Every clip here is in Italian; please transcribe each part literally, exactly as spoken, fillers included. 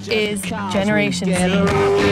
is Generation Z.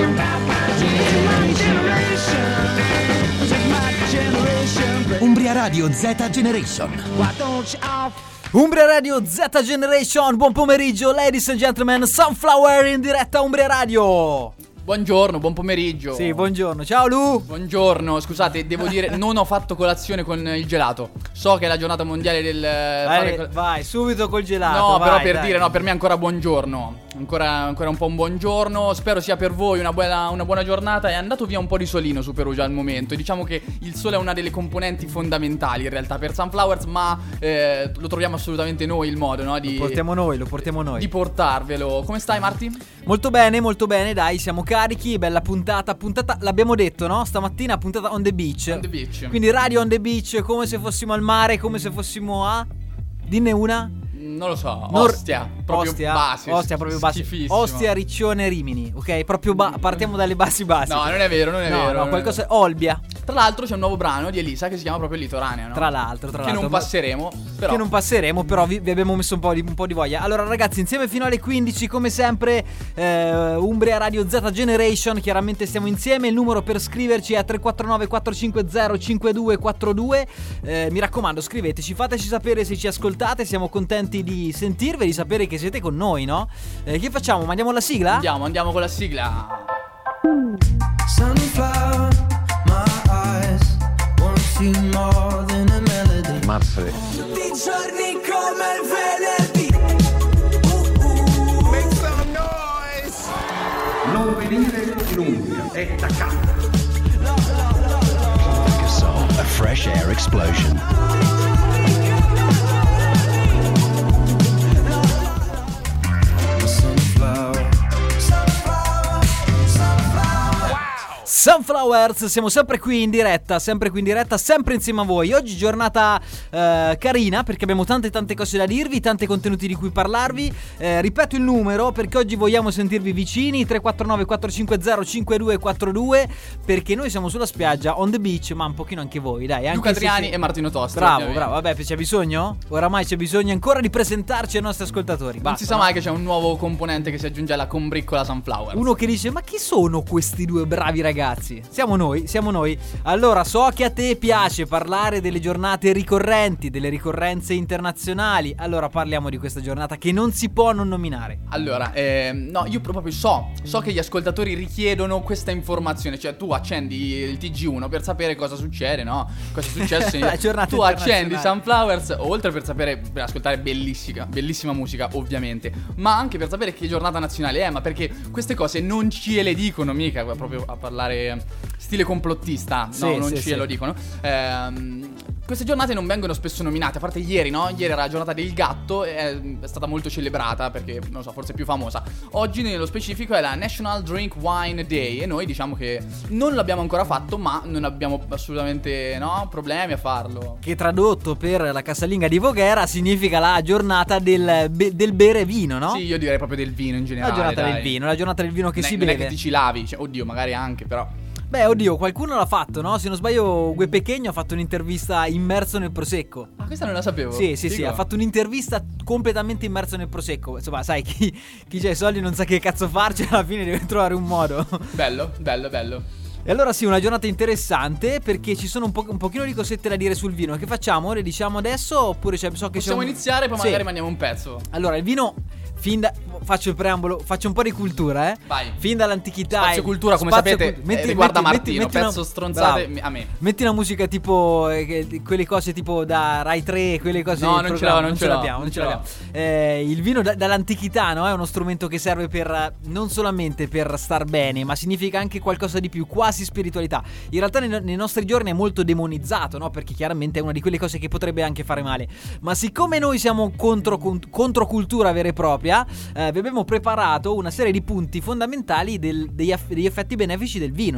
Umbria Radio Z Generation. Umbria Radio Z Generation, buon pomeriggio ladies and gentlemen, Sunflower in diretta Umbria Radio. Buongiorno, buon pomeriggio. Sì, buongiorno, ciao Lu. Buongiorno, scusate, devo dire, non ho fatto colazione con il gelato. So che è la giornata mondiale del... Vai, fare... vai subito col gelato. No, vai, però per dai. dire, no, per me è ancora buongiorno. Ancora, ancora un po' un buongiorno. Spero sia per voi una buona, una buona giornata. È andato via un po' di solino su Perugia al momento. E diciamo che il sole è una delle componenti fondamentali in realtà per Sunflowers. Ma eh, lo troviamo assolutamente noi il modo, no? Di, Lo portiamo noi, lo portiamo noi. Di portarvelo. Come stai, Marti? Molto bene, molto bene, dai, siamo carichi. Bella puntata, puntata, l'abbiamo detto, no? Stamattina puntata on the beach. On the beach. Quindi radio on the beach, come se fossimo al mare, come se fossimo a... Dinne una. Non lo so, Nor- Ostia, proprio Ostia, base. Ostia proprio base. Schifissimo. Ostia, Riccione, Rimini, ok? Proprio ba- partiamo dalle basi basi. No, non è vero, non è no, vero. No, non qualcosa è vero. Olbia. Tra l'altro c'è un nuovo brano di Elisa che si chiama proprio Litoranea, no? Tra l'altro, tra che l'altro. non passeremo, però. Che non passeremo, però vi, vi abbiamo messo un po' di, un po' di voglia. Allora ragazzi, insieme fino alle quindici, come sempre, eh, Umbria Radio Z Generation. Chiaramente stiamo insieme. Il numero per scriverci è tre quattro nove quattro cinque zero cinque due quattro due. eh, Mi raccomando, scriveteci, fateci sapere se ci ascoltate. Siamo contenti di sentirvi, di sapere che siete con noi, no? Eh, che facciamo? Mandiamo la sigla? Andiamo, andiamo con la sigla. Sunflower, my eyes want you more than a melody. Marfre. Tutti i giorni come il venerdì. Make some noise. Non venire in Umbria è da casa. A fresh air explosion. Sunflowers, siamo sempre qui in diretta, sempre qui in diretta, sempre insieme a voi. Oggi giornata eh, carina perché abbiamo tante tante cose da dirvi, tanti contenuti di cui parlarvi. eh, Ripeto il numero perché oggi vogliamo sentirvi vicini, tre quattro nove quattro cinque zero cinque due quattro due, perché noi siamo sulla spiaggia, on the beach, ma un pochino anche voi, dai. Anche Luca se Triani si- e Martino Tosti. Bravo, ovviamente. bravo, vabbè, c'è bisogno? Oramai c'è bisogno ancora di presentarci ai nostri ascoltatori. Non Basta, si sa no? mai che c'è un nuovo componente che si aggiunge alla combriccola Sunflower. Uno che dice: ma chi sono questi due bravi ragazzi? Siamo noi, siamo noi. Allora, so che a te piace parlare delle giornate ricorrenti, delle ricorrenze internazionali. Allora parliamo di questa giornata che non si può non nominare. Allora, ehm, no, io proprio so, so che gli ascoltatori richiedono questa informazione. Cioè tu accendi il T G uno per sapere cosa succede, no? Cosa è successo in... La giornata Tu accendi internazionale. Sunflowers, oltre per sapere, per ascoltare bellissima, bellissima musica ovviamente, ma anche per sapere che giornata nazionale è. Ma perché queste cose non ce le dicono mica, proprio a parlare stile complottista, no, Sì, non sì, ce sì. lo dicono. Ehm, queste giornate non vengono spesso nominate, a parte ieri, no? Ieri era la giornata del gatto, è, è stata molto celebrata perché, non so, forse è più famosa. Oggi nello specifico è la National Drink Wine Day e noi diciamo che non l'abbiamo ancora fatto, ma non abbiamo assolutamente, no, problemi a farlo. Che tradotto per la casalinga di Voghera significa la giornata del, be- del bere vino, no? Sì, io direi proprio del vino in generale. La giornata dai. del vino, la giornata del vino che non è, si non beve. è che ti ci lavi, cioè, oddio, magari anche, però. Beh, oddio, qualcuno l'ha fatto, no? Se non sbaglio, Gue Pechegno ha fatto un'intervista immerso nel prosecco. Ah, questa non la sapevo. Sì, sì, sì, Figo. ha fatto un'intervista completamente immerso nel prosecco. Insomma, sai, chi, chi ha i soldi non sa che cazzo farci, alla fine deve trovare un modo. Bello, bello, bello. E allora sì, una giornata interessante perché ci sono un, po- un pochino di cosette da dire sul vino. Che facciamo? Le diciamo adesso oppure c'è, so che Possiamo c'è un... iniziare, poi Sì. magari mandiamo un pezzo. Allora, il vino, fin da... faccio il preambolo, faccio un po' di cultura, eh. Vai. Fin dall'antichità. Spazio eh, cultura, come spazio sapete, cult- eh, riguarda Martino, una- pezzo stronzate Bravo. a me. Metti una musica tipo eh, che- quelle cose tipo da Rai tre, quelle cose No, del non ce programma, l'ho, non ce l'ho, l'abbiamo, non non ce ce l'ho. l'abbiamo. Eh, il vino da- dall'antichità, no? È uno strumento che serve per eh, non solamente per star bene, ma significa anche qualcosa di più, quasi spiritualità. In realtà nei, nei nostri giorni è molto demonizzato, no? Perché chiaramente è una di quelle cose che potrebbe anche fare male. Ma siccome noi siamo contro, contro cultura vera e propria, eh, vi abbiamo preparato una serie di punti fondamentali del- degli, aff- degli effetti benefici del vino, no?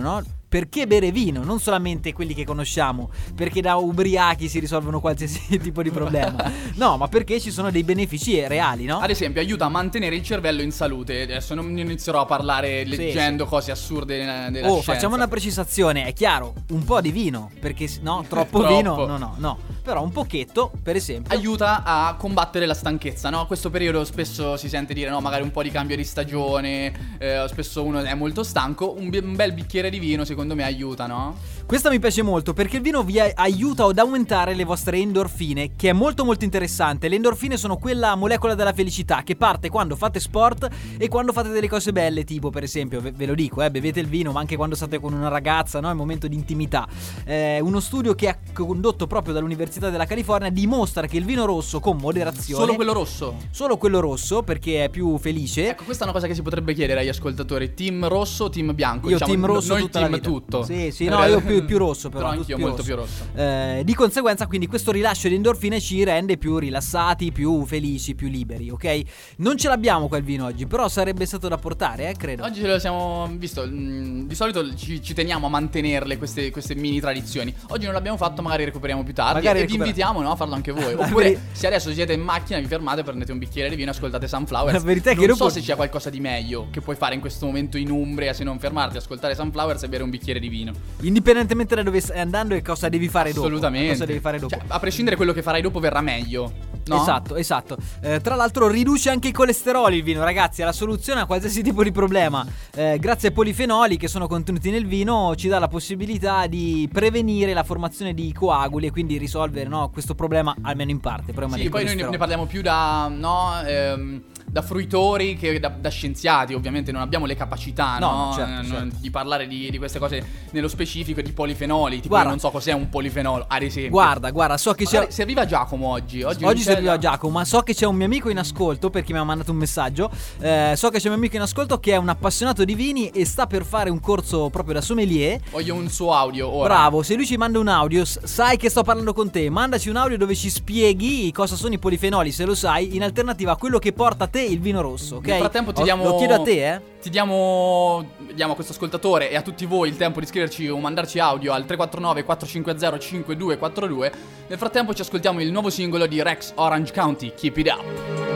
perché bere vino, non solamente quelli che conosciamo, perché da ubriachi si risolvono qualsiasi tipo di problema. No, ma perché ci sono dei benefici reali, no? Ad esempio, aiuta a mantenere il cervello in salute. Adesso non inizierò a parlare leggendo sì. cose assurde della, della Oh, scienza. facciamo una precisazione, è chiaro, un po' di vino, perché no, troppo, Troppo. vino, no, no, no. Però un pochetto, per esempio, aiuta a combattere la stanchezza, no? Questo periodo spesso si sente dire, no, magari un po' di cambio di stagione, eh, spesso uno è molto stanco, un, bi- un bel bicchiere di vino secondo me aiuta, no? Questa mi piace molto perché il vino vi a- aiuta ad aumentare le vostre endorfine, che è molto molto interessante. Le endorfine sono quella molecola della felicità che parte quando fate sport e quando fate delle cose belle, tipo per esempio, ve, ve lo dico, eh, bevete il vino, ma anche quando state con una ragazza, no? È un momento di intimità. Eh, uno studio che ha condotto proprio dall'Università della California dimostra che il vino rosso con moderazione, Solo quello rosso? solo quello rosso perché è più felice. Ecco, questa è una cosa che si potrebbe chiedere agli ascoltatori. Team rosso o team bianco? Io Diciamo, team rosso non il tutta team la vita. tutto. Sì, sì, no, io più, più rosso però. Però anch'io più molto più rosso. Eh, di conseguenza quindi questo rilascio di endorfine ci rende più rilassati, più felici, più liberi, ok? Non ce l'abbiamo qua il vino oggi, però sarebbe stato da portare, eh, credo. Oggi ce lo siamo visto. mh, Di solito ci, ci teniamo a mantenerle queste, queste mini tradizioni. Oggi non l'abbiamo fatto, magari recuperiamo più tardi. Magari e recupera- vi invitiamo, no, a farlo anche voi. La Oppure veri- se adesso siete in macchina, vi fermate, prendete un bicchiere di vino, ascoltate Sunflowers. La verità è che non dopo- so se c'è qualcosa di meglio che puoi fare in questo momento in Umbria, se non fermarti, ascoltare Sunflowers e bere un bicchiere di vino. Indipendentemente da dove stai andando e cosa devi fare dopo. Assolutamente. Cosa devi fare dopo. Cioè, a prescindere quello che farai dopo verrà meglio, no? Esatto, esatto. Eh, tra l'altro riduce anche i colesteroli il vino, ragazzi, è la soluzione a qualsiasi tipo di problema. Eh, grazie ai polifenoli che sono contenuti nel vino ci dà la possibilità di prevenire la formazione di coaguli e quindi risolvere, no, questo problema almeno in parte. Problema Sì, del poi noi ne, colesterolo. ne parliamo più da, no, ehm, da fruitori che da, da scienziati. Ovviamente non abbiamo le capacità, No, no, certo, Eh, certo. di parlare di, di queste cose nello specifico, di polifenoli. Tipo, Guarda. io non so cos'è un polifenolo, ad esempio. Guarda, guarda, so che c'è Magari serviva Giacomo oggi. Oggi, Oggi non c'è serviva la- Giacomo, ma so che c'è un mio amico in ascolto perché mi ha mandato un messaggio. Eh, so che c'è un mio amico in ascolto che è un appassionato di vini e sta per fare un corso proprio da sommelier. Voglio un suo audio ora. Bravo, se lui ci manda un audio, s- sai che sto parlando con te. Mandaci un audio dove ci spieghi cosa sono i polifenoli, se lo sai, in alternativa a quello che porta a te il vino rosso, ok? Nel frattempo ti Ho- diamo Lo chiedo a te, eh. Ti diamo diamo a questo ascoltatore e a tutti voi il tempo di scriverci o mandarci audio al tre quattro nove quattro cinque zero cinque due quattro due. Nel frattempo ci ascoltiamo il nuovo singolo di Rex Orange County, Keep It Up.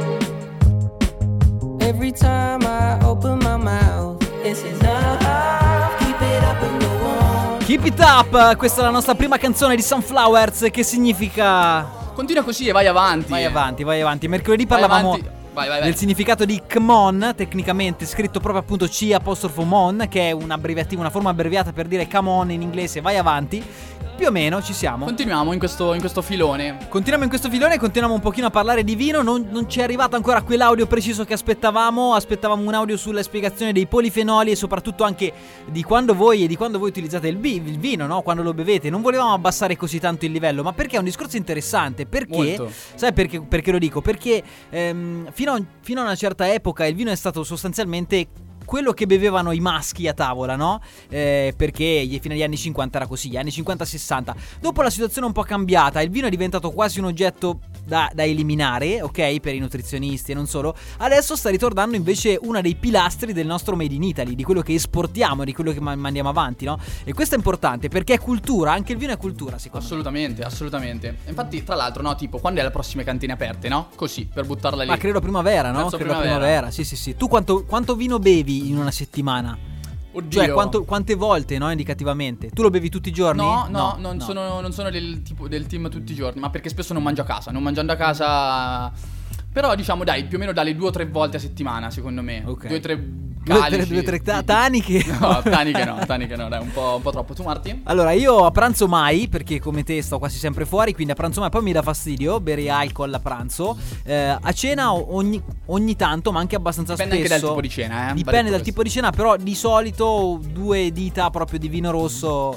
Every time I open my mouth, this is love. Keep it up and go on. Keep it up, questa è la nostra prima canzone di Sunflowers, che significa... Continua così e vai avanti. Vai avanti, vai avanti. Mercoledì Vai parlavamo avanti. Vai, vai, vai. del significato di C'mon, tecnicamente scritto proprio appunto C apostrofo mon, che è un abbreviativo, una forma abbreviata per dire come on in inglese, vai avanti. Più o meno ci siamo. Continuiamo in questo, in questo filone. Continuiamo in questo filone, continuiamo un pochino a parlare di vino. Non, non ci è arrivato ancora quell'audio preciso che aspettavamo. Aspettavamo un audio sulla spiegazione dei polifenoli e soprattutto anche di quando voi e di quando voi utilizzate il, bi- il vino, no? Quando lo bevete. Non volevamo abbassare così tanto il livello, ma perché è un discorso interessante. Perché? Molto. Sai perché, perché lo dico? Perché ehm, fino, a, fino a una certa epoca il vino è stato sostanzialmente quello che bevevano i maschi a tavola, no? Eh, perché fino agli anni cinquanta era così, gli anni cinquanta sessanta. Dopo la situazione è un po' cambiata, il vino è diventato quasi un oggetto da, da eliminare, ok? Per i nutrizionisti e non solo. Adesso sta ritornando invece uno dei pilastri del nostro Made in Italy, di quello che esportiamo, di quello che ma- mandiamo avanti, no? E questo è importante perché è cultura, anche il vino è cultura, secondo me. Assolutamente, assolutamente. Infatti, tra l'altro, no, tipo, quando è le prossime cantine aperte, no? Così, per buttarla lì. Ma credo primavera, no? Verso Credo primavera. primavera, sì sì sì. Tu quanto, quanto vino bevi in una settimana? Oddio. Cioè quanto, quante volte, no, indicativamente? Tu lo bevi tutti i giorni? No, no, non, Sono, non sono del tipo del team tutti i giorni, ma perché spesso non mangio a casa. Non mangiando a casa. Però diciamo dai, più o meno dalle due o tre volte a settimana, secondo me. Ok. Due o tre Due, calici. tre, due, tre ta- Sì. taniche. No, taniche no, taniche no, dai, un po', un po' troppo. Tu Marti? Allora, io a pranzo mai, perché come te sto quasi sempre fuori, quindi a pranzo mai, poi mi dà fastidio bere alcol a pranzo. Eh, a cena ogni, ogni tanto, ma anche abbastanza Dipende spesso. anche dal tipo di cena, eh. Va Dipende detto dal questo. tipo di cena, però di solito due dita proprio di vino rosso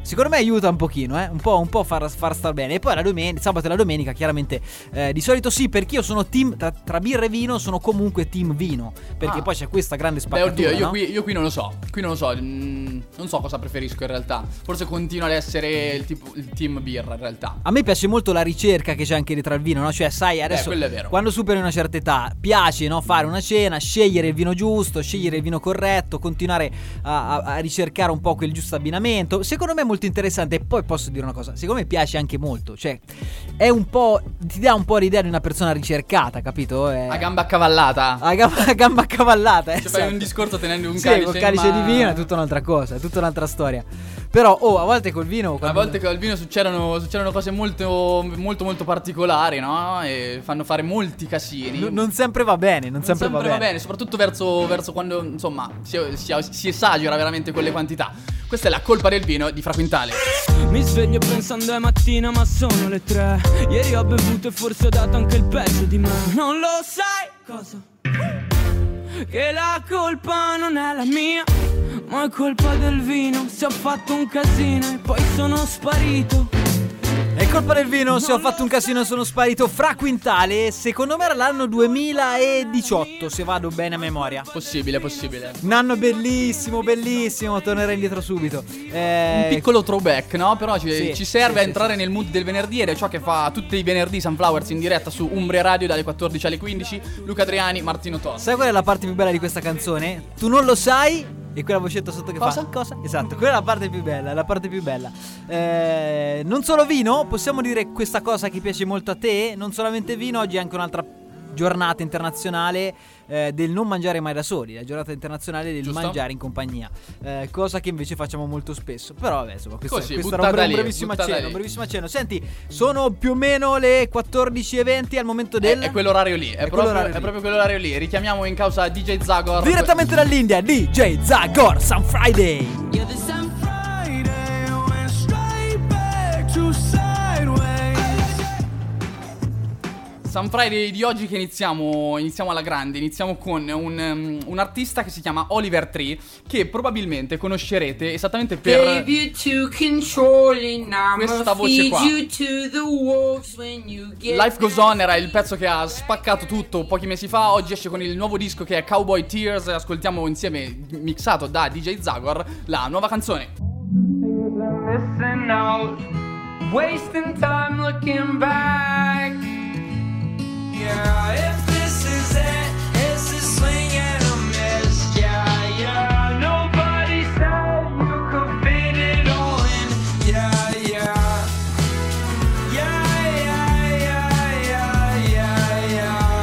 secondo me aiuta un pochino, eh? Un po', un po' far, far star bene. E poi la domenica, sabato e la domenica, chiaramente, eh, di solito sì, perché io sono team, tra, tra birra e vino, sono comunque team vino. Perché Ah. poi c'è questa grande Beh, spaccatura, oddio, io, no? qui, io qui non lo so. Qui non lo so. mm, non so cosa preferisco in realtà. Forse continua ad essere il, tipo, il team birra in realtà. A me piace molto la ricerca che c'è anche dietro al vino, no? Cioè, sai, adesso quello è vero. quando superi una certa età, piace, no? Fare una cena, scegliere il vino giusto, scegliere il vino corretto, continuare a, a, a ricercare un po' quel giusto abbinamento. Secondo me è molto interessante. E poi posso dire una cosa, secondo me piace anche molto. Cioè, è un po', ti dà un po' l'idea di una persona ricercata, capito? È... A gamba accavallata. a gamba, a gamba accavallata, eh, Cioè, fai esatto. un discorso tenendo un Sì, calice col in calice di mano. vino è tutta un'altra cosa, è tutta un'altra storia. Però, oh, a volte col vino A quando- volte col vino succedono, succedono cose molto, molto, molto particolari, no? E fanno fare molti casini. N- non sempre va bene, non, Non sempre, sempre va bene. soprattutto verso, verso quando, insomma, si, si, si esagera veramente con le quantità. Questa è la colpa del vino di Fra Quintale. Mi sveglio pensando è mattina ma sono le tre. Ieri ho bevuto e forse ho dato anche il peggio di me. Non lo sai cosa? Che la colpa non è la mia, ma è colpa del vino. Se ho fatto un casino e poi sono sparito. È colpa del vino, se ho fatto un casino sono sparito. Fra Quintale, secondo me era l'anno duemiladiciotto, se vado bene a memoria. Possibile, possibile. Un anno bellissimo, bellissimo, tornerei indietro subito. Eh, Un piccolo throwback, no? Però ci, sì, ci serve sì, a sì, entrare sì. nel mood del venerdì ed è ciò che fa tutti i venerdì Sunflowers in diretta su Umbria Radio dalle quattordici alle quindici. Luca Adriani, Martino Tosi. Sai qual è la parte più bella di questa canzone? Tu non lo sai? E quella vocetta sotto che Cosa? fa? Cosa? Esatto, quella è la parte più bella, la parte più bella. Eh, non solo vino, possiamo dire questa cosa che piace molto a te? Non solamente vino, oggi è anche un'altra giornata internazionale eh, del non mangiare mai da soli, la giornata internazionale del Giusto. mangiare in compagnia, eh, cosa che invece facciamo molto spesso. Però vabbè, insomma, questo, Così, questo era buttata un, bre- un lì, brevissimo buttata accenno, lì. un brevissimo accenno. Senti, sono più o meno le quattordici e venti al momento del... È, è quell'orario lì, è, È proprio, quell'orario è lì. proprio quell'orario lì. Richiamiamo in causa D J Zagor. Direttamente dall'India, D J Zagor, Sun Friday. Yeah, this time Friday went straight back to sideways. Sun Friday di oggi che iniziamo, iniziamo alla grande, iniziamo con un, um, un artista che si chiama Oliver Tree, che probabilmente conoscerete esattamente per... Gave you to controlling, I'ma Questa voce feed qua. you to the wolves when you get Life Goes On era il pezzo che ha spaccato tutto pochi mesi fa. Oggi esce con il nuovo disco che è Cowboy Tears. Ascoltiamo insieme, mixato da D J Zagor, la nuova canzone. missing out, wasting time looking back. Yeah, if this is it, it's a swing and a miss. Yeah, yeah, nobody said you could fit it all in. Yeah, yeah, yeah, yeah, yeah, yeah, yeah, yeah,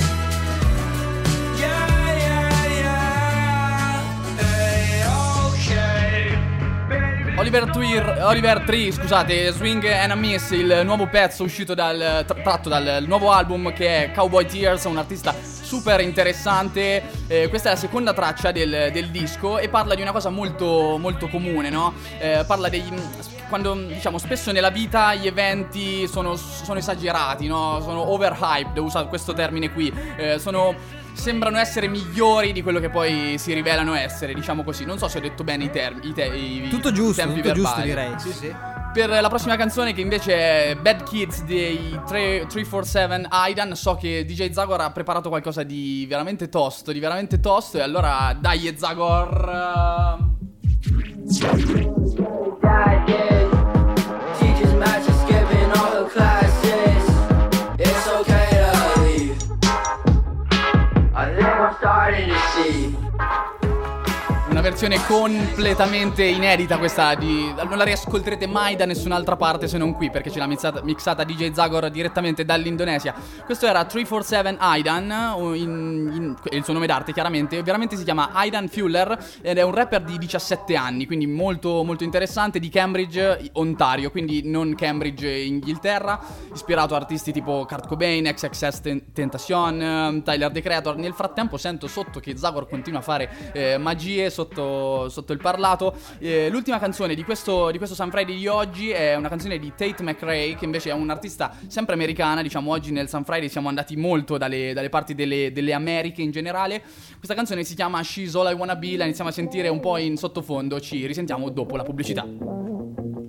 yeah, yeah, yeah. Hey, okay, baby. Oliver Tree, Oliver Tree, scusate, Swing and a Miss, il nuovo pezzo uscito dal tra- tratto dal nuovo album che è Cowboy Tears, un artista super interessante. Eh, questa è la seconda traccia del, del disco e parla di una cosa molto molto comune, no? Eh, parla dei quando diciamo spesso nella vita gli eventi sono, sono esagerati, no? Sono overhyped, usa questo termine qui. Eh, sono sembrano essere migliori di quello che poi si rivelano essere, diciamo così. Non so se ho detto bene i termini, i, te- i, Tutto i giusto, tempi tutto giusto verbali. direi. Sì, sì. Per la prossima canzone, che invece è Bad Kids dei tre quattro sette Aidan, so che D J Zagor ha preparato qualcosa di veramente tosto, di veramente tosto. E allora dai Zagor. Teachers match is skipping all the classes. It's okay to leave. I think I'm starting to see. Una versione completamente inedita questa di... Non la riascolterete mai da nessun'altra parte se non qui, perché ce l'ha mixata, mixata D J Zagor direttamente dall'Indonesia. Questo era tre quattro sette Aidan, in, in, il suo nome d'arte chiaramente. Veramente si chiama Aidan Fuller ed è un rapper di diciassette anni, quindi molto molto interessante, di Cambridge, Ontario, quindi non Cambridge, Inghilterra. Ispirato a artisti tipo Kurt Cobain, X X S Tentacion, Tyler The Creator. Nel frattempo sento sotto che Zagor continua a fare eh, magie sotto, sotto il parlato. Eh, l'ultima canzone di questo, di questo Sun Friday di oggi è una canzone di Tate McRae, che invece è un artista sempre americana. Diciamo oggi nel Sun Friday siamo andati molto dalle, dalle parti delle, delle Americhe in generale. Questa canzone si chiama She's All I Wanna Be, la iniziamo a sentire un po' in sottofondo. Ci risentiamo dopo la pubblicità.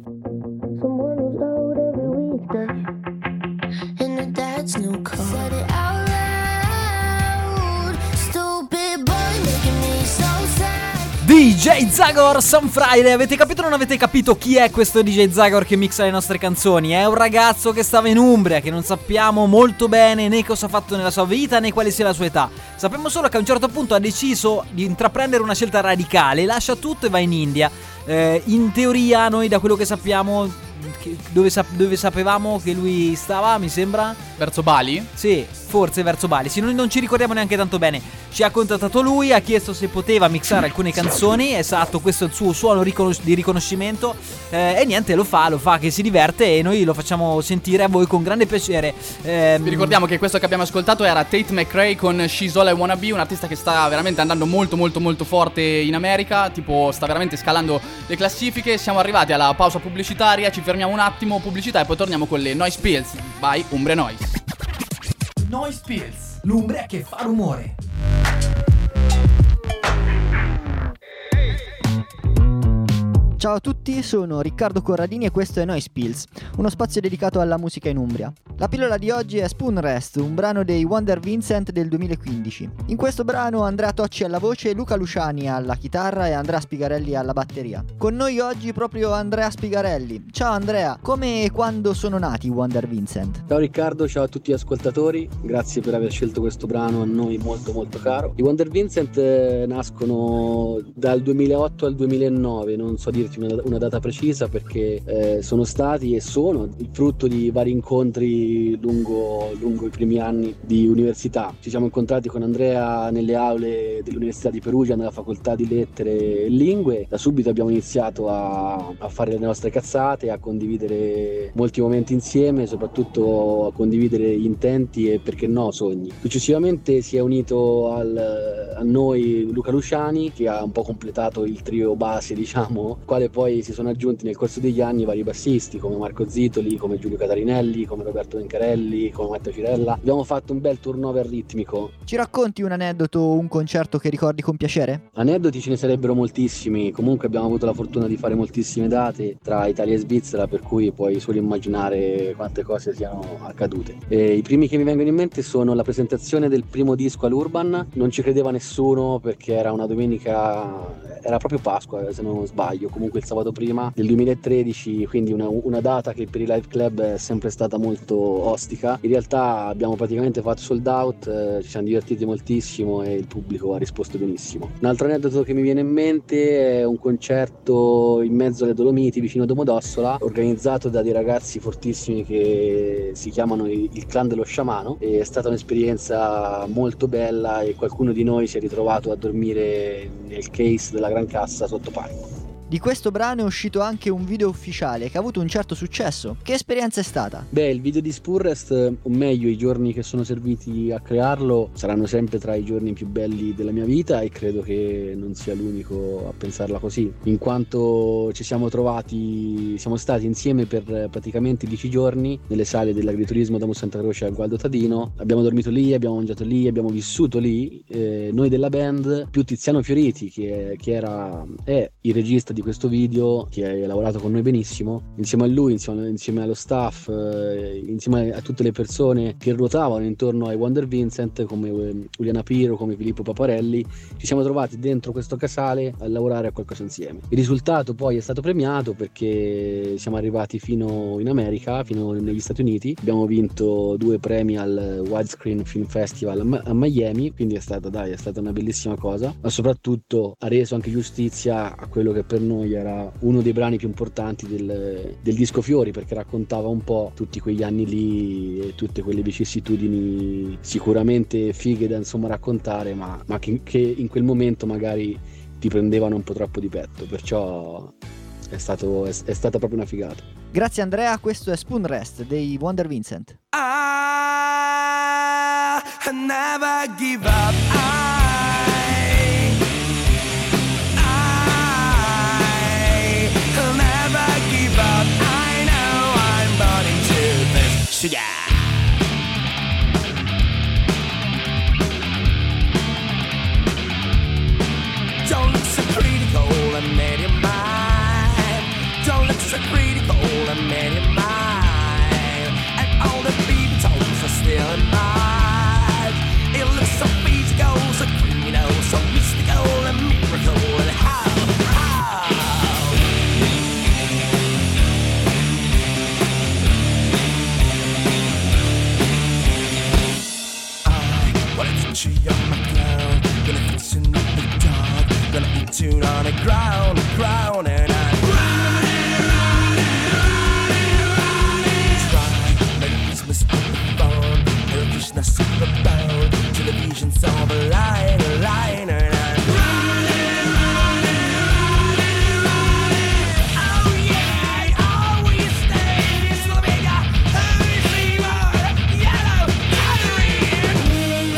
birthday in her dad's new car. Said it out loud. Stupid boy making me so sad. D J Zagor, Some Friday. Avete capito o non avete capito chi è questo D J Zagor che mixa le nostre canzoni? È un ragazzo che stava in Umbria, che non sappiamo molto bene né cosa ha fatto nella sua vita né quale sia la sua età. Sappiamo solo che a un certo punto ha deciso di intraprendere una scelta radicale, lascia tutto e va in India. Eh, in teoria noi da quello che sappiamo, che, dove, sap- dove sapevamo che lui stava, mi sembra? Verso Bali? Sì, forse verso Bali. Sì, noi non ci ricordiamo neanche tanto bene. Ci ha contattato lui, ha chiesto se poteva mixare alcune canzoni. Esatto, questo è il suo suono riconos- di riconoscimento. eh, E niente, lo fa, lo fa, che si diverte. E noi lo facciamo sentire a voi con grande piacere. eh, Vi ricordiamo che questo che abbiamo ascoltato era Tate McRae con She's All I Wanna Be, un artista che sta veramente andando molto molto molto forte in America. Tipo sta veramente scalando le classifiche. Siamo arrivati alla pausa pubblicitaria. Ci fermiamo un attimo, pubblicità, e poi torniamo con le Noise Pills by Umbria Noise. Noise Pills, l'Umbria che fa rumore. Ciao a tutti, sono Riccardo Corradini e questo è Noise Pills, uno spazio dedicato alla musica in Umbria. La pillola di oggi è Spoon Rest, un brano dei Wonder Vincent del duemilaquindici. In questo brano Andrea Tocci alla voce, Luca Luciani alla chitarra e Andrea Spigarelli alla batteria. Con noi oggi proprio Andrea Spigarelli. Ciao Andrea, come e quando sono nati i Wonder Vincent? Ciao Riccardo, ciao a tutti gli ascoltatori, grazie per aver scelto questo brano a noi molto molto caro. I Wonder Vincent eh, nascono dal duemilaotto al duemilanove, non so dirti Una, una data precisa perché eh, sono stati e sono il frutto di vari incontri lungo, lungo i primi anni di università. Ci siamo incontrati con Andrea nelle aule dell'Università di Perugia nella facoltà di lettere e lingue. Da subito abbiamo iniziato a, a fare le nostre cazzate, a condividere molti momenti insieme, soprattutto a condividere intenti e perché no sogni. Successivamente si è unito al, a noi Luca Luciani, che ha un po' completato il trio base, diciamo, quale poi si sono aggiunti nel corso degli anni vari bassisti come Marco Zitoli, come Giulio Catarinelli, come Roberto Vencarelli, come Matteo Cirella. Abbiamo fatto un bel turnover ritmico. Ci racconti un aneddoto o un concerto che ricordi con piacere? Aneddoti ce ne sarebbero moltissimi, comunque abbiamo avuto la fortuna di fare moltissime date tra Italia e Svizzera, per cui puoi solo immaginare quante cose siano accadute. E i primi che mi vengono in mente sono la presentazione del primo disco all'Urban. Non ci credeva nessuno perché era una domenica, era proprio Pasqua se non sbaglio, comunque il sabato prima del duemilatredici, quindi una, una data che per i live club è sempre stata molto ostica. In realtà abbiamo praticamente fatto sold out, eh, ci siamo divertiti moltissimo e il pubblico ha risposto benissimo. Un altro aneddoto che mi viene in mente è un concerto in mezzo alle Dolomiti vicino Domodossola, organizzato da dei ragazzi fortissimi che si chiamano il, il Clan dello Sciamano. E è stata un'esperienza molto bella e qualcuno di noi si è ritrovato a dormire nel case della Gran Cassa sotto palco. Di questo brano è uscito anche un video ufficiale che ha avuto un certo successo. Che esperienza è stata? Beh, il video di Spurrest, o meglio i giorni che sono serviti a crearlo, saranno sempre tra i giorni più belli della mia vita e credo che non sia l'unico a pensarla così, in quanto ci siamo trovati, siamo stati insieme per praticamente dieci giorni nelle sale dell'agriturismo da Santa Croce a Gualdo Tadino. Abbiamo dormito lì, abbiamo mangiato lì, abbiamo vissuto lì, eh, noi della band più Tiziano Fioriti che, che era è il regista di questo video, che ha lavorato con noi benissimo. Insieme a lui, insieme, insieme allo staff, eh, insieme a tutte le persone che ruotavano intorno ai Wonder Vincent, come eh, Giuliana Piro, come Filippo Paparelli, ci siamo trovati dentro questo casale a lavorare a qualcosa insieme. Il risultato poi è stato premiato perché siamo arrivati fino in America, fino negli Stati Uniti. Abbiamo vinto due premi al Widescreen Film Festival a, Ma- a Miami, quindi è stata, dai, è stata una bellissima cosa, ma soprattutto ha reso anche giustizia a quello che per noi era uno dei brani più importanti del, del disco Fiori, perché raccontava un po' tutti quegli anni lì e tutte quelle vicissitudini sicuramente fighe da insomma raccontare, ma, ma che, che in quel momento magari ti prendevano un po' troppo di petto, perciò è, stato, è, è stata proprio una figata. Grazie Andrea, questo è Spoon Rest dei Wonder Vincent. I never give up. I Yeah. Don't look so critical, I'm made in mind. Don't look so critical, I'm made in mind. All the baby toes are still in mind. It looks so physical, so criminal, so mystical, a miracle, and how, how? I wanna touch you on my clown, gonna fix you in the dark, gonna eat you on the ground, the ground, and I super bound, television's on the line, a line, and I'm running, running, running, running. Oh yeah, always stay, Slovenia, hurry, fever, yellow, coloring.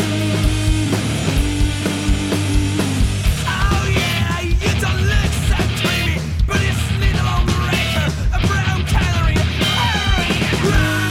Oh yeah, you don't look so dreamy, but it's little on the racer, a brown calorie, hurry, running.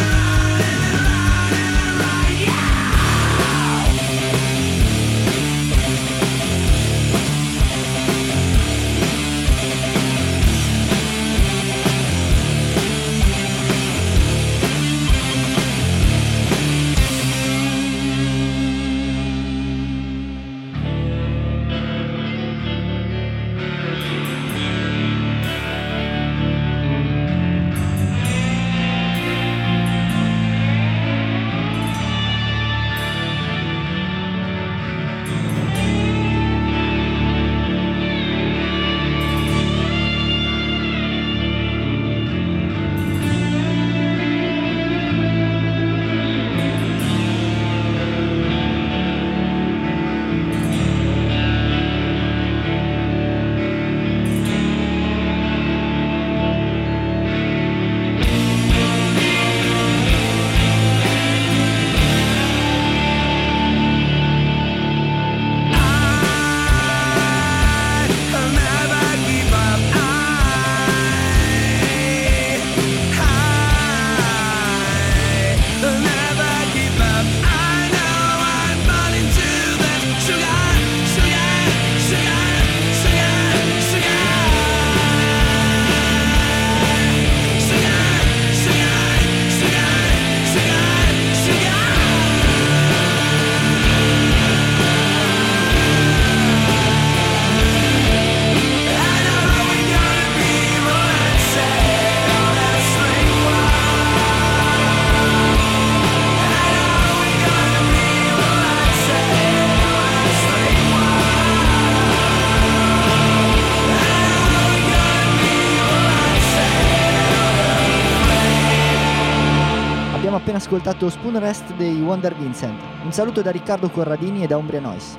appena ascoltato Spoon Rest dei Wonder Vincent. Un saluto da Riccardo Corradini e da Umbria Noise.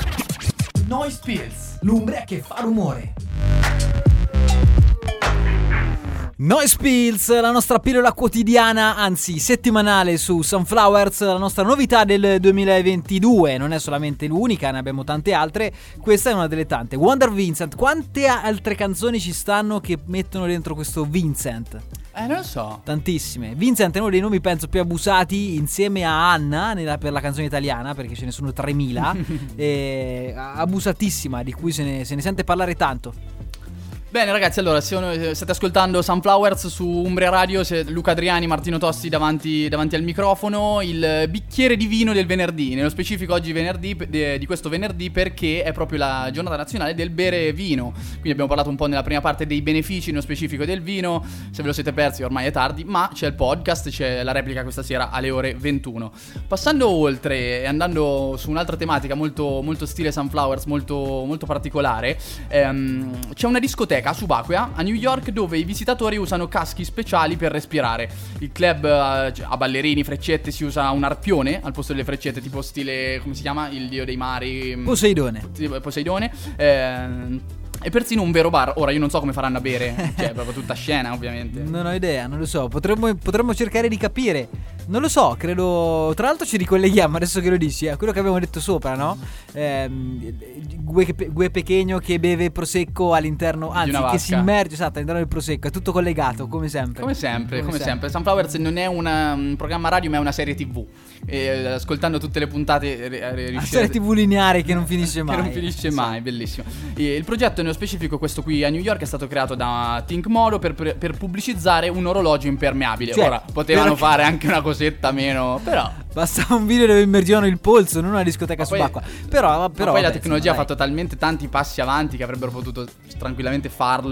Noise Pills, l'Umbria che fa rumore. Noise Pills, la nostra pillola quotidiana, anzi settimanale su Sunflowers, la nostra novità del duemilaventidue. Non è solamente l'unica, ne abbiamo tante altre. Questa è una delle tante. Wonder Vincent, quante altre canzoni ci stanno che mettono dentro questo Vincent? Eh, non lo so. Tantissime. Vincent è uno dei nomi penso più abusati insieme a Anna nella, per la canzone italiana, perché ce ne sono tremila. E, abusatissima, di cui se ne, se ne sente parlare tanto. Bene ragazzi, allora se state ascoltando Sunflowers su Umbria Radio, se Luca Adriani, Martino Tosti davanti, davanti al microfono. Il bicchiere di vino del venerdì, nello specifico oggi venerdì, di questo venerdì, perché è proprio la giornata nazionale del bere vino. Quindi abbiamo parlato un po' nella prima parte dei benefici, nello specifico del vino. Se ve lo siete persi ormai è tardi, ma c'è il podcast, c'è la replica questa sera alle ore ventuno. Passando oltre e andando su un'altra tematica molto, molto stile Sunflowers, molto, molto particolare, ehm, c'è una discoteca subacquea a New York dove i visitatori usano caschi speciali per respirare. Il club uh, a ballerini, freccette, si usa un arpione al posto delle freccette, tipo stile, come si chiama? Il dio dei mari, Poseidone. Poseidone. Eh, E persino un vero bar. Ora io non so come faranno a bere, cioè proprio tutta scena ovviamente. Non ho idea, non lo so. Potremmo, potremmo cercare di capire. Non lo so, credo. Tra l'altro ci ricolleghiamo adesso che lo dici, a quello che abbiamo detto sopra, no? Ehm, Gue, Gue Pequeno che beve prosecco all'interno, anzi una che si vasca. immerge, esatto, all'interno del prosecco. È tutto collegato, come sempre. Come sempre, come, sempre. Sunflowers non è una, un programma radio, ma è una serie tivù. E ascoltando tutte le puntate eh, riuscirete- Una serie tivù lineare che non finisce mai. Che non finisce mai, bellissimo. E il progetto nello specifico, questo qui a New York, è stato creato da Think Modo per, per, per pubblicizzare un orologio impermeabile. Cioè, Ora, potevano per- fare anche una cosetta meno, però... Bastava un video dove immergevano il polso, non una discoteca Ma poi- subacquea. Però, Ma però poi la vabbè, tecnologia ha insomma, fatto talmente tanti passi avanti che avrebbero potuto tranquillamente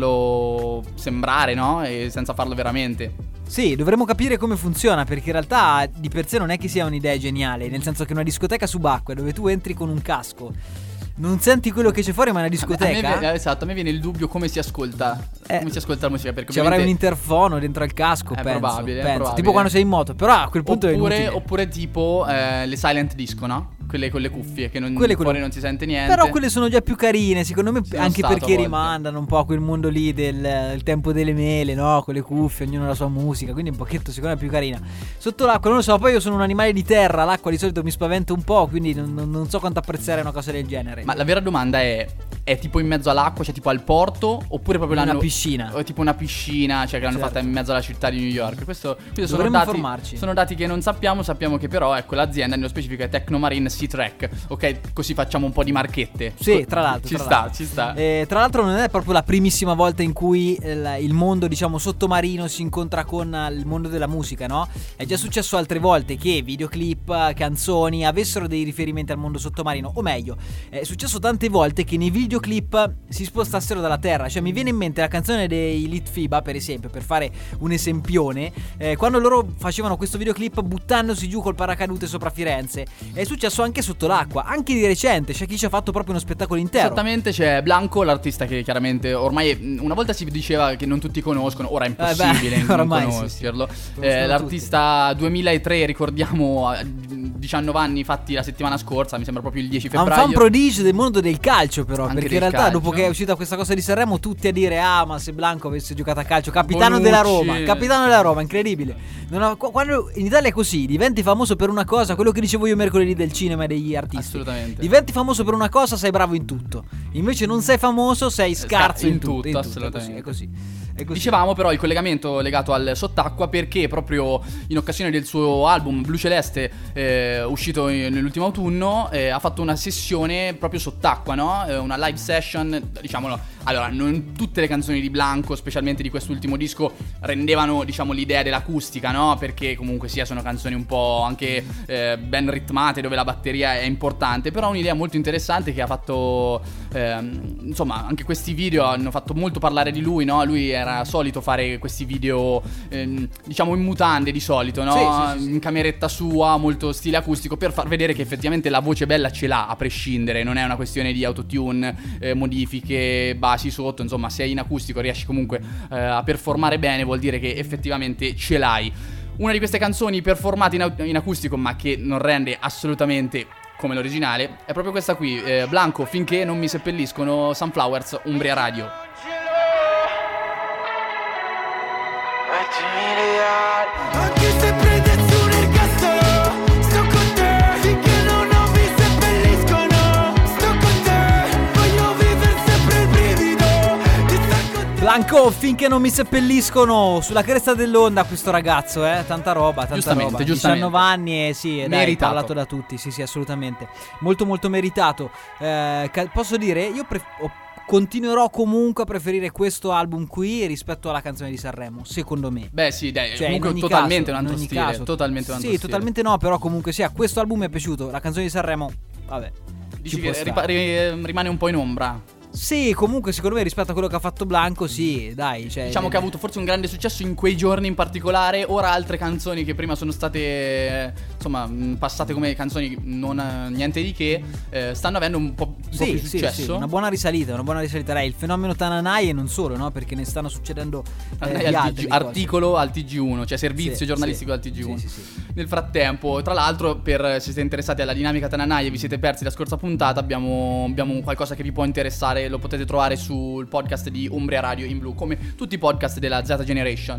farlo sembrare, no? E senza farlo veramente. Sì, dovremmo capire come funziona, perché in realtà di per sé non è che sia un'idea geniale, nel senso che una discoteca subacquea dove tu entri con un casco, non senti quello che c'è fuori, ma è una A me, discoteca. viene- esatto, a me viene il dubbio come si ascolta. Eh, come si ascolta la musica, perché Ci avrai un ovviamente- interfono dentro al casco, È penso, probabile, è penso. probabile. Tipo quando sei in moto, però a quel punto oppure, è inutile. oppure tipo eh, le silent disco, no? Quelle con le cuffie che non, Quelle con le- fuori non si sente niente. Però quelle sono già più carine, secondo me, Sono anche stato a perché volte. rimandano un po' a quel mondo lì del il tempo delle mele, no? Con le cuffie, ognuno la sua musica, quindi un pochetto secondo me è più carina. Sotto l'acqua non lo so, poi io sono un animale di terra, l'acqua di solito mi spaventa un po', quindi non, non- non so quanto apprezzare una cosa del genere. Ma la vera domanda è: è tipo in mezzo all'acqua, cioè tipo al porto, oppure proprio Una l'hanno piscina. O tipo una piscina, cioè che l'hanno Certo. fatta in mezzo alla città di New York. Questo, questo sono Dovremmo dati, informarci. sono dati che non sappiamo, sappiamo che però ecco l'azienda nello specifico è Technomarine Sea Trek. Ok, così facciamo un po' di marchette. Sì, Co- tra l'altro. Ci tra sta, l'altro. ci sta. Eh, tra l'altro non è proprio la primissima volta in cui il, il mondo, diciamo, sottomarino si incontra con eh, il mondo della musica, no? È già successo altre volte che videoclip, eh, canzoni avessero dei riferimenti al mondo sottomarino. O meglio, è successo tante volte che nei videoclip si spostassero dalla terra. Cioè mi viene in mente la canzone dei Litfiba, per esempio, per fare un esempione, eh, quando loro facevano questo videoclip buttandosi giù col paracadute sopra Firenze. È successo anche sotto l'acqua, anche di recente. C'è chi ci ha fatto proprio uno spettacolo intero. Esattamente, c'è Blanco, l'artista che chiaramente ormai una volta si diceva che non tutti conoscono, ora è impossibile Eh beh, non oramai sì, conoscerlo. sì. Eh, Conoscono l'artista duemilatré, ricordiamo, a diciannove anni fatti la settimana scorsa, mi sembra proprio il dieci Ha un febbraio. fan prodigio del mondo del calcio, però. Anche Perché del in realtà, calcio. dopo che è uscita questa cosa di Sanremo, tutti a dire: ah, ma se Blanco avesse giocato a calcio, capitano Bonucci. della Roma, capitano della Roma, incredibile. Non ha- qu- quando in Italia è così, diventi famoso per una cosa, quello che dicevo io mercoledì del cinema e degli artisti. Assolutamente. Diventi famoso per una cosa, sei bravo in tutto. Invece non sei famoso, sei scarso in in, tutto. tutto, in tutto. assolutamente. È così, è così. È così. Dicevamo però il collegamento legato al sott'acqua, perché proprio in occasione del suo album Blu Celeste, eh, uscito in- nell'ultimo autunno, eh, ha fatto una sessione proprio sott'acqua, no? Eh, una live session, diciamolo. Allora, non tutte le canzoni di Blanco, specialmente di quest'ultimo disco, rendevano, diciamo, l'idea dell'acustica, no? Perché comunque sia sono canzoni un po' anche eh, ben ritmate, dove la batteria è importante, però un'idea molto interessante che ha fatto, ehm, insomma, anche questi video hanno fatto molto parlare di lui, no? Lui era solito fare questi video, ehm, diciamo, in mutande di solito, no? Sì, sì, sì, sì. In cameretta sua, molto stile acustico, per far vedere che effettivamente la voce bella ce l'ha, a prescindere, non è una questione di autotune, eh, modifiche, basi sotto, insomma, se è in acustico riesci comunque eh, a performare bene, vuol dire che effettivamente ce l'hai. Una di queste canzoni performate in, au- in acustico, ma che non rende assolutamente come l'originale, è proprio questa qui, eh, Blanco, Finché non mi seppelliscono, Sunflowers, Umbria Radio. Anche se prendessi un ergastolo, sto con te, finché non ho mi seppelliscono. Sto con te, voglio vivere sempre il brivido di star con te. Blanco, finché non mi seppelliscono, sulla cresta dell'onda questo ragazzo, eh, tanta roba, tanta Giustamente, roba. giustamente. diciannove anni e sì, dai, Meritato. parlato da tutti, sì, sì, assolutamente. Molto molto meritato. Eh, ca- posso dire, io pre- ho- continuerò comunque a preferire questo album qui rispetto alla canzone di Sanremo, secondo me. Beh sì, dai, Cioè, comunque in ogni totalmente caso, un altro in ogni stile, caso. totalmente un altro Sì, stile. totalmente no, però comunque sia, questo album mi è piaciuto, la canzone di Sanremo, vabbè. Dici ci che può ripa- stare. ri- rimane un po' in ombra. Sì, comunque secondo me rispetto a quello che ha fatto Blanco, sì, dai, cioè, Diciamo che ha avuto forse un grande successo in quei giorni in particolare. Ora altre canzoni che prima sono state eh, insomma mh, passate come canzoni non eh, niente di che, eh, stanno avendo un po', un po' Sì, più sì, successo. sì, una buona risalita, una buona risalita. Dai, il fenomeno Tananai e non solo, no? Perché ne stanno succedendo eh, Tananai di al altri T G di cose. articolo al T G uno, cioè servizio Sì, giornalistico sì. al T G uno. Sì, sì, sì. Nel frattempo, tra l'altro, per se siete interessati alla dinamica Tananai e vi siete persi la scorsa puntata, abbiamo, abbiamo qualcosa che vi può interessare, lo potete trovare sul podcast di Umbria Radio in blu, come tutti i podcast della Z Generation.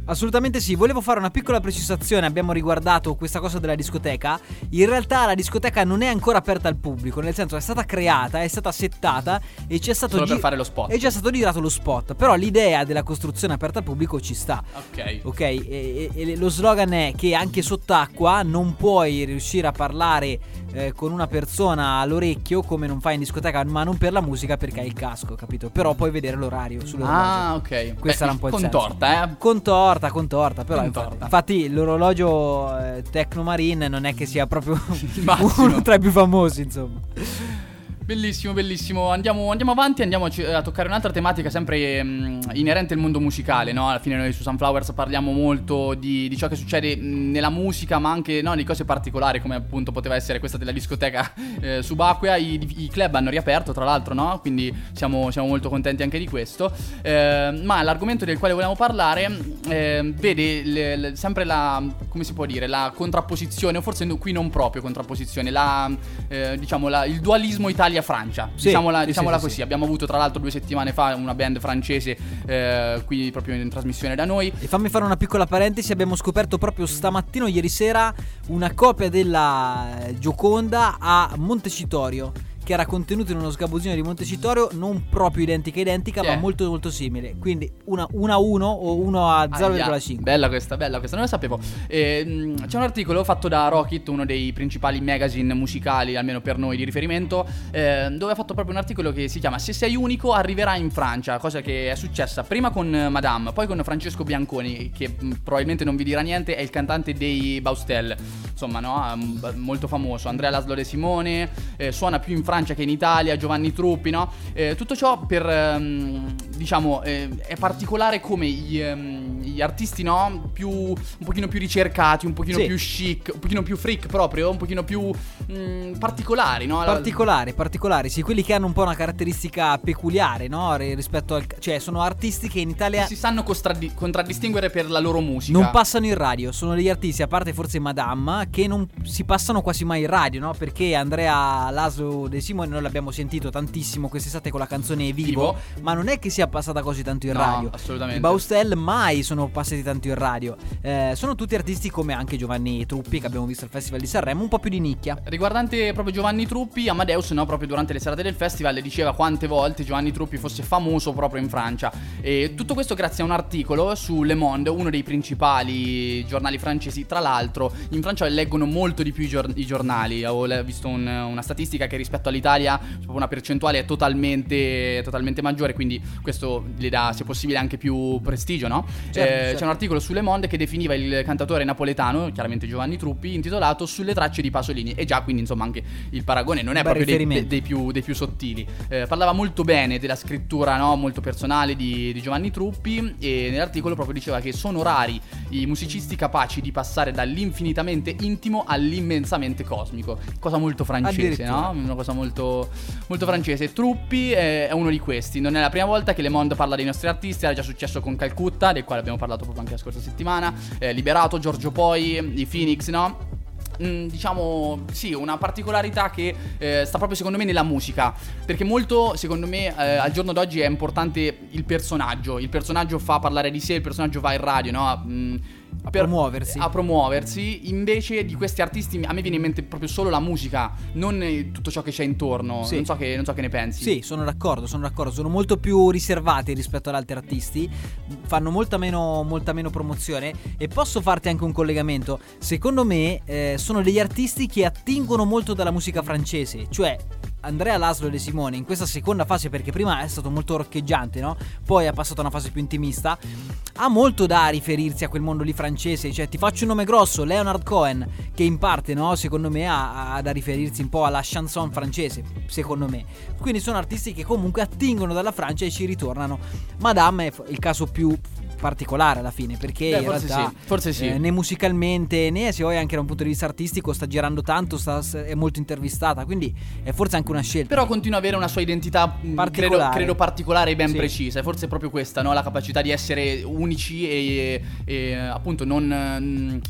Assolutamente sì, volevo fare una piccola precisazione, abbiamo riguardato questa cosa della discoteca. In realtà la discoteca non è ancora aperta al pubblico, nel senso è stata creata, è stata settata e c'è stato Solo gi- per fare lo spot. E c'è stato girato lo spot. Però l'idea della costruzione aperta al pubblico ci sta. Ok. Ok, e, e- e lo slogan è che anche sott'acqua non puoi riuscire a parlare eh, con una persona all'orecchio come non fai in discoteca, ma non per la musica perché hai il casco, capito? Però puoi vedere l'orario sull'orologio. Ah, ok. Questo Beh, era un po' il senso. contorta, eh. Contorta, contorta, però Contorta. infatti, infatti l'orologio eh, Tecnomarine non è che sia proprio massimo. uno tra i più famosi, insomma. Bellissimo, bellissimo. Andiamo, andiamo avanti, andiamo a, a toccare un'altra tematica sempre mh, inerente al mondo musicale, no? Alla fine noi su Sunflowers parliamo molto di, di ciò che succede mh, nella musica, ma anche no, di cose particolari, come appunto poteva essere questa della discoteca eh, subacquea. I, I club hanno riaperto, tra l'altro, no? Quindi siamo, siamo molto contenti anche di questo. Eh, ma l'argomento del quale volevamo parlare eh, vede le, le, sempre la, come si può dire, la contrapposizione, o forse no, qui non proprio contrapposizione, la, eh, diciamo la, il dualismo Italia Francia, Sì, diciamola, sì, diciamola sì, così. sì. Abbiamo avuto tra l'altro due settimane fa una band francese eh, qui proprio in trasmissione da noi. E fammi fare una piccola parentesi, abbiamo scoperto proprio stamattina, ieri sera, una copia della Gioconda a Montecitorio, che era contenuta in uno sgabuzzino di Montecitorio, non proprio identica identica, Yeah. ma molto molto simile. Quindi una a uno o uno a zero virgola cinque. Bella questa, bella questa, non la sapevo. Eh, mh, c'è un articolo fatto da Rockit, uno dei principali magazine musicali, almeno per noi, di riferimento, eh, dove ha fatto proprio un articolo che si chiama "Se sei unico arriverai in Francia", cosa che è successa prima con Madame, poi con Francesco Bianconi, che mh, probabilmente non vi dirà niente, è il cantante dei Baustel, insomma, no? Um, molto famoso. Andrea Laszlo De Simone, eh, suona più in Francia che in Italia, Giovanni Truppi, no? Eh, tutto ciò per, ehm, diciamo, eh, è particolare come gli, ehm, gli artisti, no? Più, un pochino più ricercati, un pochino Sì. più chic, un pochino più freak proprio, un pochino più mh, particolari, no? Particolari, particolari, sì, quelli che hanno un po' una caratteristica peculiare, no? R- rispetto al... Cioè, sono artisti che in Italia si sanno contraddi- contraddistinguere per la loro musica. non passano in radio, sono degli artisti, a parte forse Madame, che non si passano quasi mai in radio, no? Perché Andrea Laszlo De Simone noi l'abbiamo sentito tantissimo quest'estate con la canzone Vivo, Vivo. ma non è che sia passata così tanto in No, radio. assolutamente. I Baustel mai sono passati tanto in radio. Eh, sono tutti artisti come anche Giovanni Truppi, che abbiamo visto al Festival di Sanremo, un po' più di nicchia. Riguardante proprio Giovanni Truppi, Amadeus, no, proprio durante le serate del festival diceva quante volte Giovanni Truppi fosse famoso proprio in Francia. E tutto questo grazie a un articolo su Le Monde, uno dei principali giornali francesi. Tra l'altro in Francia leggono molto di più i, gior- i giornali. Ho le- visto un- una statistica che rispetto all'Italia proprio una percentuale è totalmente, totalmente maggiore, quindi questo le dà, se possibile, anche più prestigio, no? Certo, Eh, certo. C'è un articolo su Le Monde che definiva il cantatore napoletano, chiaramente Giovanni Truppi, intitolato "Sulle tracce di Pasolini", e già quindi insomma anche il paragone non è Un bel proprio dei, riferimento. dei più, dei più sottili. Eh, parlava molto bene della scrittura, no, molto personale di, di Giovanni Truppi, e nell'articolo proprio diceva che sono rari i musicisti capaci di passare dall'infinitamente intimo all'immensamente cosmico, cosa molto francese, Addirittura. no? Una cosa molto, molto francese. Truppi è, è uno di questi. Non è la prima volta che Le Monde parla dei nostri artisti, era già successo con Calcutta, del quale abbiamo parlato proprio anche la scorsa settimana, eh, Liberato, Giorgio Poi, i Phoenix, no? Mm, diciamo, sì, una particolarità che eh, sta proprio secondo me nella musica, perché molto, secondo me, eh, al giorno d'oggi è importante il personaggio. Il personaggio fa parlare di sé, il personaggio va in radio, no? A, mm, A promuoversi. A promuoversi. Invece di questi artisti a me viene in mente proprio solo la musica, non eh, tutto ciò che c'è intorno. Sì. Non so che, non so che ne pensi. Sì, sono d'accordo, sono d'accordo. Sono molto più riservati rispetto ad altri artisti. Fanno molta meno, molta meno promozione. E posso farti anche un collegamento. Secondo me eh, sono degli artisti che attingono molto dalla musica francese. Cioè Andrea Laszlo De Simone in questa seconda fase, perché prima è stato molto roccheggiante, no? Poi ha passato a una fase più intimista. Ha molto da riferirsi a quel mondo lì francese. Cioè, ti faccio un nome grosso, Leonard Cohen, che in parte, no, secondo me ha, ha da riferirsi un po' alla chanson francese, secondo me. Quindi sono artisti che comunque attingono dalla Francia e ci ritornano. Madame è f- il caso più particolare alla fine, perché Beh, in forse realtà sì, forse sì. eh, né musicalmente né se vuoi anche da un punto di vista artistico sta girando tanto, sta, è molto intervistata, quindi è forse anche una scelta. Però continua ad avere una sua identità mh, Particolare. credo, credo particolare e ben Sì. precisa. E forse è proprio questa, no? La capacità di essere unici e, e, appunto non... mh,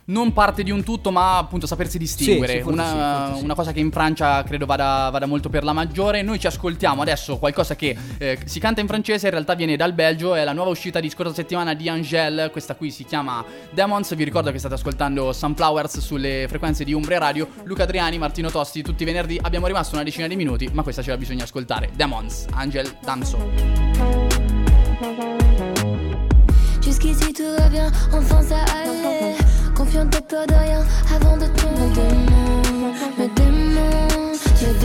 non parte di un tutto, ma appunto sapersi distinguere. Sì, sì, forse una, sì, forse sì. una cosa che in Francia credo vada, vada molto per la maggiore. Noi ci ascoltiamo adesso qualcosa che eh, si canta in francese, in realtà viene dal Belgio. È la nuova uscita di scorsa settimana di Angèle. Questa qui si chiama Demons. Vi ricordo che state ascoltando Sunflowers sulle frequenze di Umbria Radio. Luca Adriani, Martino Tosti, tutti i venerdì. Abbiamo rimasto una decina di minuti, ma questa ce la bisogna ascoltare. Demons, Angèle Damso. Jusqu'ici tout va bien, enfin ça allait. Confiante, t'as peur de rien avant de tomber. Me démon, me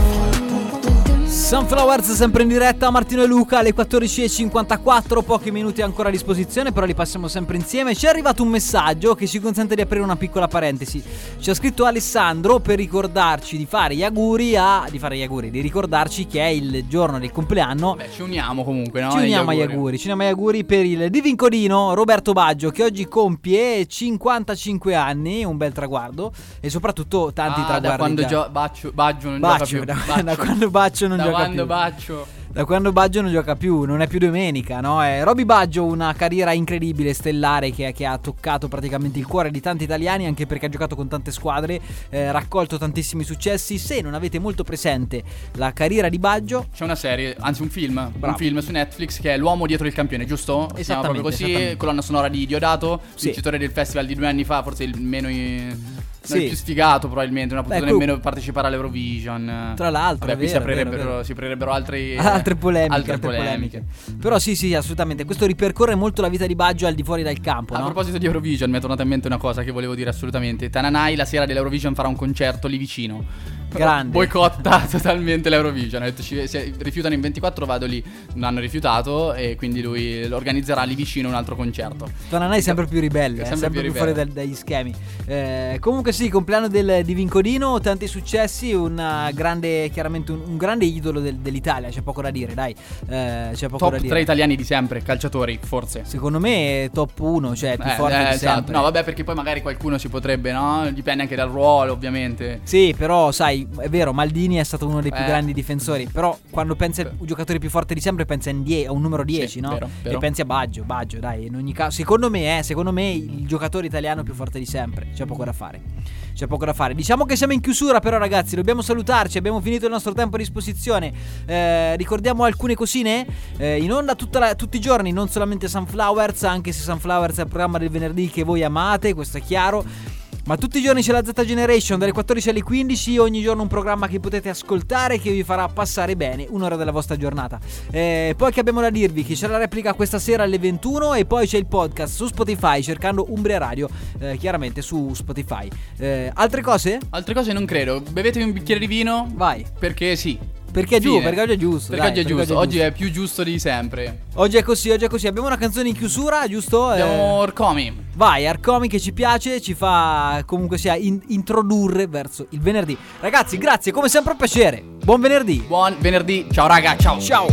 démon. Sunflowers sempre in diretta, Martino e Luca alle quattordici e cinquantaquattro, pochi minuti ancora a disposizione, però li passiamo sempre insieme. Ci è arrivato un messaggio che ci consente di aprire una piccola parentesi. Ci ha scritto Alessandro per ricordarci di fare gli auguri a di fare gli auguri, di ricordarci che è il giorno del compleanno. Beh, ci uniamo comunque, no? Ci uniamo agli auguri, ci uniamo agli auguri per il divincodino Roberto Baggio, che oggi compie cinquantacinque anni, un bel traguardo e soprattutto tanti ah, traguardi. Da quando già. gio- Baccio, Baggio non Baccio, gioca più. da, Baccio. da quando Baccio non da gioca quando più. Baccio. Da quando Baggio non gioca più, non è più domenica, no? È Roby Baggio, una carriera incredibile, stellare, che, che ha toccato praticamente il cuore di tanti italiani, anche perché ha giocato con tante squadre, eh, raccolto tantissimi successi. Se non avete molto presente la carriera di Baggio, c'è una serie, anzi un film, Bravo. un film su Netflix che è L'uomo dietro il campione, giusto? Si chiama proprio così, colonna sonora di Diodato, sì. vincitore del festival di due anni fa, forse il meno... I... Sì. Non il più sfigato probabilmente, non ha potuto Beh, nemmeno partecipare all'Eurovision. Tra l'altro, vabbè, qui vero, si aprirebbero, vero, vero. si aprirebbero altri, altre polemiche, altre altre polemiche. polemiche. Però sì, sì, assolutamente. Questo ripercorre molto la vita di Baggio al di fuori dal campo, A no? proposito di Eurovision, mi è tornata in mente una cosa che volevo dire assolutamente. Tananai la sera dell'Eurovision farà un concerto lì vicino. Grande. Boicotta totalmente l'Eurovision. Ha detto, ci, se rifiutano in ventiquattro vado lì. Non hanno rifiutato e quindi lui lo organizzerà lì vicino un altro concerto. Tananai è sempre più ribelle, è sempre, sempre più, più fuori dal, dagli schemi. Eh, comunque sì, compleanno del, di Vincodino, tanti successi, una grande, chiaramente un, un grande idolo del, dell'Italia, c'è poco da dire, dai. Eh, c'è poco Top da dire. tre italiani di sempre, calciatori, forse. Secondo me è top uno, cioè più eh, forte eh, di esatto. sempre. No, vabbè, perché poi magari qualcuno si potrebbe, no? Dipende anche dal ruolo, ovviamente. Sì, però sai, è vero, Maldini è stato uno dei più Eh. grandi difensori. Però quando pensi a un giocatore più forte di sempre, pensa a un, die- a un numero dieci, Sì, no? vero, vero. E pensi a Baggio, Baggio, dai, in ogni caso. Secondo me, eh, secondo me il giocatore italiano più forte di sempre. C'è poco da fare. C'è poco da fare. Diciamo che siamo in chiusura, però, ragazzi, dobbiamo salutarci. Abbiamo finito il nostro tempo a disposizione. Eh, ricordiamo alcune cosine. Eh, in onda tutta la, tutti i giorni, non solamente Sunflowers, anche se Sunflowers è il programma del venerdì che voi amate, questo è chiaro. Ma tutti i giorni c'è la Z Generation dalle quattordici alle quindici, ogni giorno un programma che potete ascoltare, che vi farà passare bene un'ora della vostra giornata. Eh, poi che abbiamo da dirvi? Che c'è la replica questa sera alle ventuno e poi c'è il podcast su Spotify cercando Umbria Radio, eh, chiaramente su Spotify. Eh, altre cose? Altre cose non credo. Bevetevi un bicchiere di vino. Vai. Perché sì. Perché è giù, Fine. perché oggi è giusto. Perché dai, oggi è perché giusto. oggi è Oggi giusto. è più giusto di sempre. Oggi è così, oggi è così. Abbiamo una canzone in chiusura, giusto? Abbiamo Eh, Orcomi. Vai, Arcomi che ci piace, ci fa comunque sia in- introdurre verso il venerdì. Ragazzi, grazie, come sempre un piacere. Buon venerdì. Buon venerdì. Ciao raga, ciao. Ciao.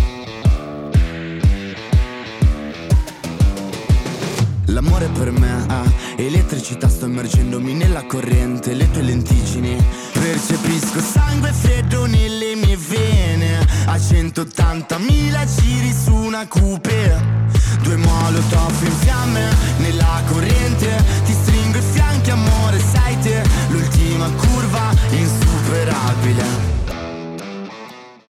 L'amore per me è elettricità, sto immergendomi nella corrente. Le tue lenticine, percepisco sangue freddo nelle mie vene. A centottantamila giri su una coupe, due molotov in fiamme.